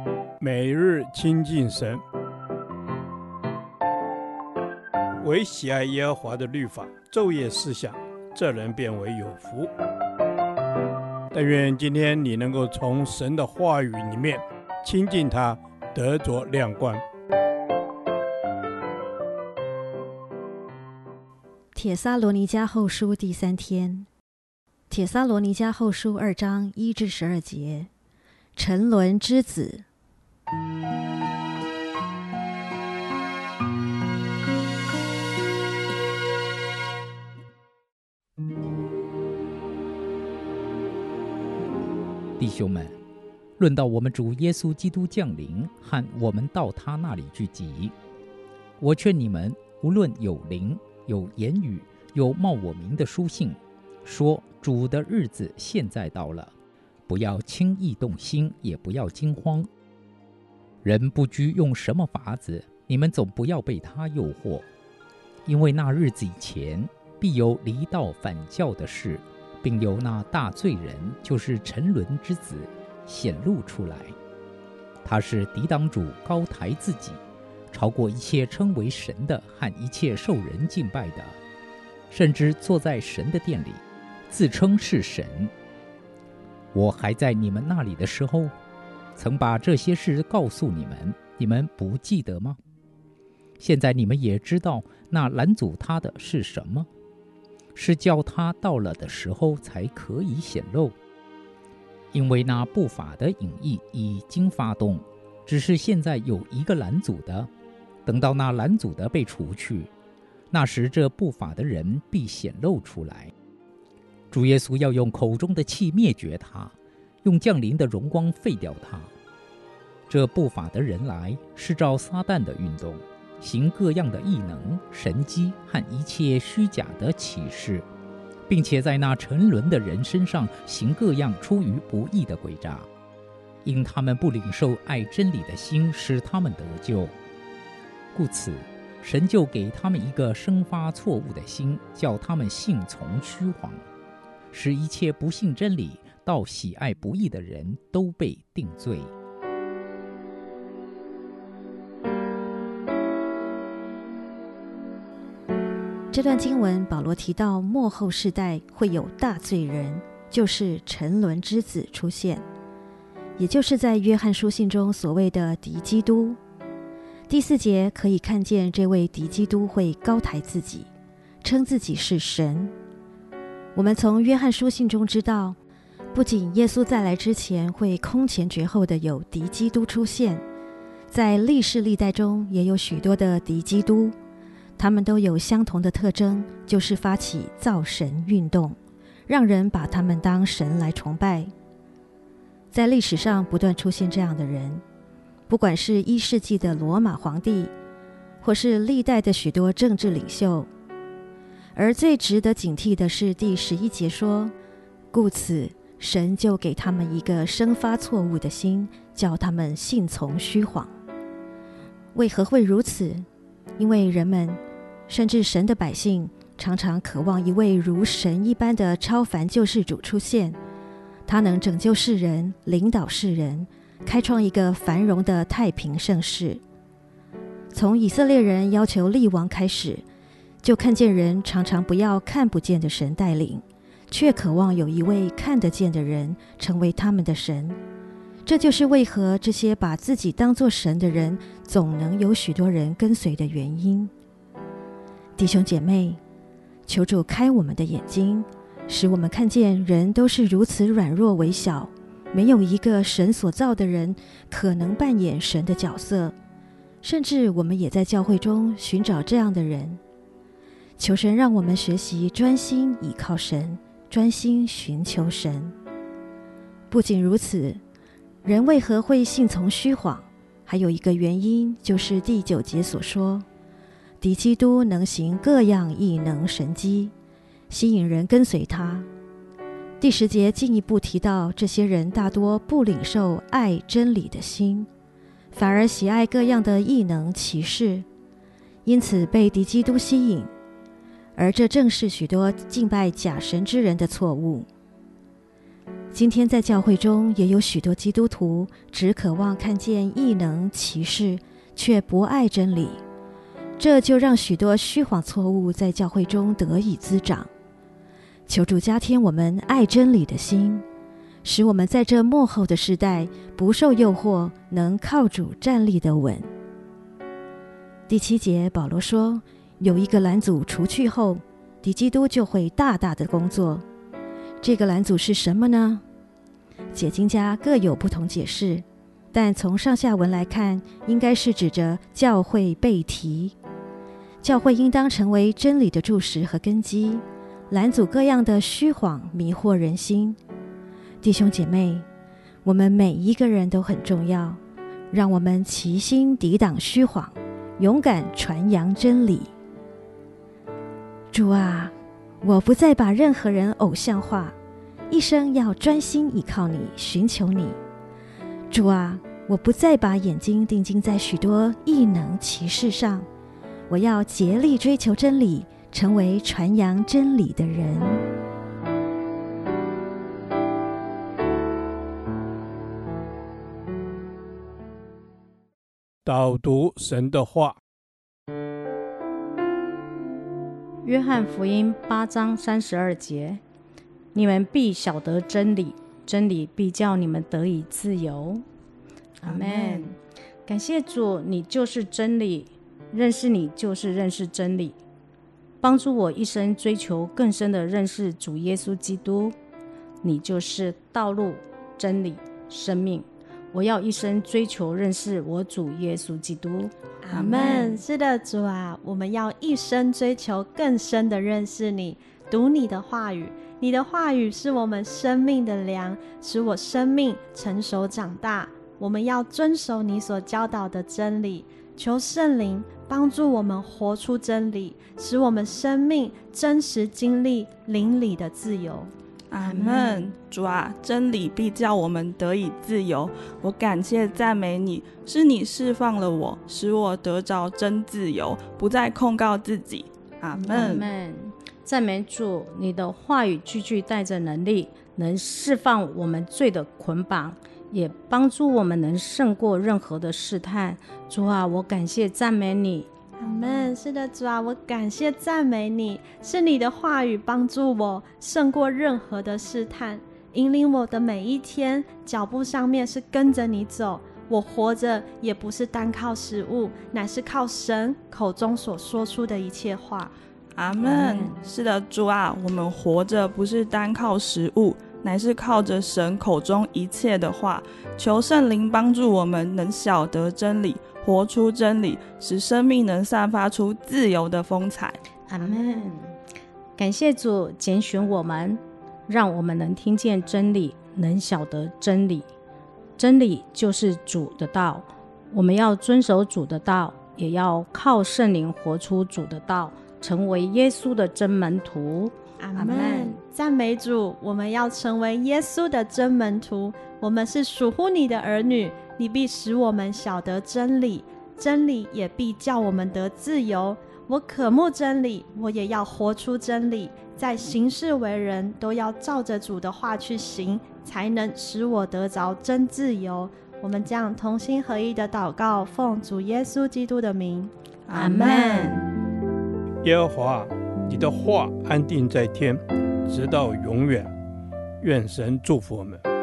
每日亲近神，唯喜爱耶和华的律法，昼夜思想，这人变为有福。但愿今天你能够从神的话语里面亲近他，得着亮光。 帖撒罗尼迦后书第3天，帖撒罗尼迦后书2章1至12节，沉沦之子。 弟兄们，论到我们主耶稣基督降临和我们到他那里聚集，我劝你们，无论有灵、有言语、有冒我名的书信，说主的日子现在到了，不要轻易动心，也不要惊慌。人不拘用什么法子，你们总不要被他诱惑，因为那日子以前，必有离道反教的事，并有那大罪人，就是沉沦之子，显露出来。他是抵挡主，高抬自己，超过一切称为神的和一切受人敬拜的，甚至坐在神的殿里，自称是神。我还在你们那里的时候，曾把这些事告诉你们，你们不记得吗？现在你们也知道那拦阻他的是什么，是叫他到了的时候才可以显露。因为那不法的隐意已经发动，只是现在有一个拦阻的，等到那拦阻的被除去，那时这不法的人必显露出来。主耶稣要用口中的气灭绝他，用降临的荣光废掉他。这不法的人来，是照撒旦的运动，行各样的异能、神迹和一切虚假的启示，并且在那沉沦的人身上行各样出于不义的诡诈，因他们不领受爱真理的心，使他们得救。故此，神就给他们一个生发错误的心，叫他们信从虚谎，使一切不信真理、倒喜爱不义的人都被定罪。 这段经文，保罗提到末后世代会有大罪人，就是沉沦之子出现，也就是在约翰书信中所谓的敌基督。第4节可以看见这位敌基督会高抬自己，称自己是神。我们从约翰书信中知道，不仅耶稣再来之前会空前绝后的有敌基督出现，在历世历代中也有许多的敌基督，他们都有相同的特征，就是发起造神运动，让人把他们当神来崇拜。在历史上不断出现这样的人，不管是1世纪的罗马皇帝，或是历代的许多政治领袖。而最值得警惕的是第11节说，故此神就给他们一个生发错误的心，叫他们信从虚谎。为何会如此？因为人们，甚至神的百姓，常常渴望一位如神一般的超凡救世主出现，他能拯救世人，领导世人，开创一个繁荣的太平盛世。从以色列人要求立王开始，就看见人常常不要看不见的神带领，却渴望有一位看得见的人成为他们的神。这就是为何这些把自己当作神的人，总能有许多人跟随的原因。弟兄姐妹，求主开我们的眼睛，使我们看见人都是如此软弱微小，没有一个神所造的人可能扮演神的角色，甚至我们也在教会中寻找这样的人。求神让我们学习专心倚靠神，专心寻求神。不仅如此，人为何会信从虚谎？还有一个原因，就是第9节所说，敌基督能行各样异能神迹，吸引人跟随他。第10节进一步提到，这些人大多不领受爱真理的心，反而喜爱各样的异能奇事，因此被敌基督吸引，而这正是许多敬拜假神之人的错误。 今天在教会中也有许多基督徒只渴望看见异能奇事，却不爱真理，这就让许多虚谎错误在教会中得以滋长。求主加添我们爱真理的心，使我们在这末后的世代不受诱惑，能靠主站立得稳。第7节，保罗说，有一个拦阻除去后，敌基督就会大大的工作。这个拦阻是什么呢？解经家各有不同解释，但从上下文来看，应该是指着教会被提。教会应当成为真理的柱石和根基，拦阻各样的虚谎迷惑人心。弟兄姐妹，我们每一个人都很重要，让我们齐心抵挡虚谎，勇敢传扬真理。主啊，我不再把任何人偶像化，一生要专心倚靠你，寻求你。主啊，我不再把眼睛定睛在许多异能奇事上，我要竭力追求真理，成为传扬真理的人。 导读神的话。 约翰福音8章32节，你们必晓得真理，真理必叫你们得以自由。阿们。感谢主，你就是真理，认识你就是认识真理，帮助我一生追求更深的认识主耶稣基督。你就是道路、真理、生命，我要一生追求认识我主耶稣基督。 阿们。是的，主啊，我们要一生追求更深的认识你，读你的话语。你的话语是我们生命的粮，使我生命成熟长大。我们要遵守你所教导的真理，求圣灵帮助我们活出真理，使我们生命真实经历灵里的自由。 阿们。主啊，真理必叫我们得以自由。我感谢赞美你，是你释放了我，使我得着真自由，不再控告自己。阿们。 阿们。赞美主，你的话语句句带着能力，能释放我们罪的捆绑，也帮助我们能胜过任何的试探。主啊，我感谢赞美你。 阿们。是的，主啊，我感谢赞美你，是你的话语帮助我胜过任何的试探，引领我的每一天，脚步上面是跟着你走。我活着也不是单靠食物，乃是靠神口中所说出的一切话。 阿们。是的，主啊，我们活着不是单靠食物，乃是靠着神口中一切的话。求圣灵帮助我们能晓得真理，活出真理，使生命能散发出自由的风采。 阿们。感谢主拣选我们，让我们能听见真理，能晓得真理。真理就是主的道，我们要遵守主的道，也要靠圣灵活出主的道，成为耶稣的真门徒。 阿们。赞美主，我们要成为耶稣的真门徒，我们是属乎你的儿女，你必使我们晓得真理，真理也必叫我们得自由。我渴慕真理，我也要活出真理，在行事为人都要照着主的话去行，才能使我得着真自由。我们这样同心合意的祷告，奉主耶稣基督的名。 阿们。 耶和华，你的话安定在天，直到永远。愿神祝福我们。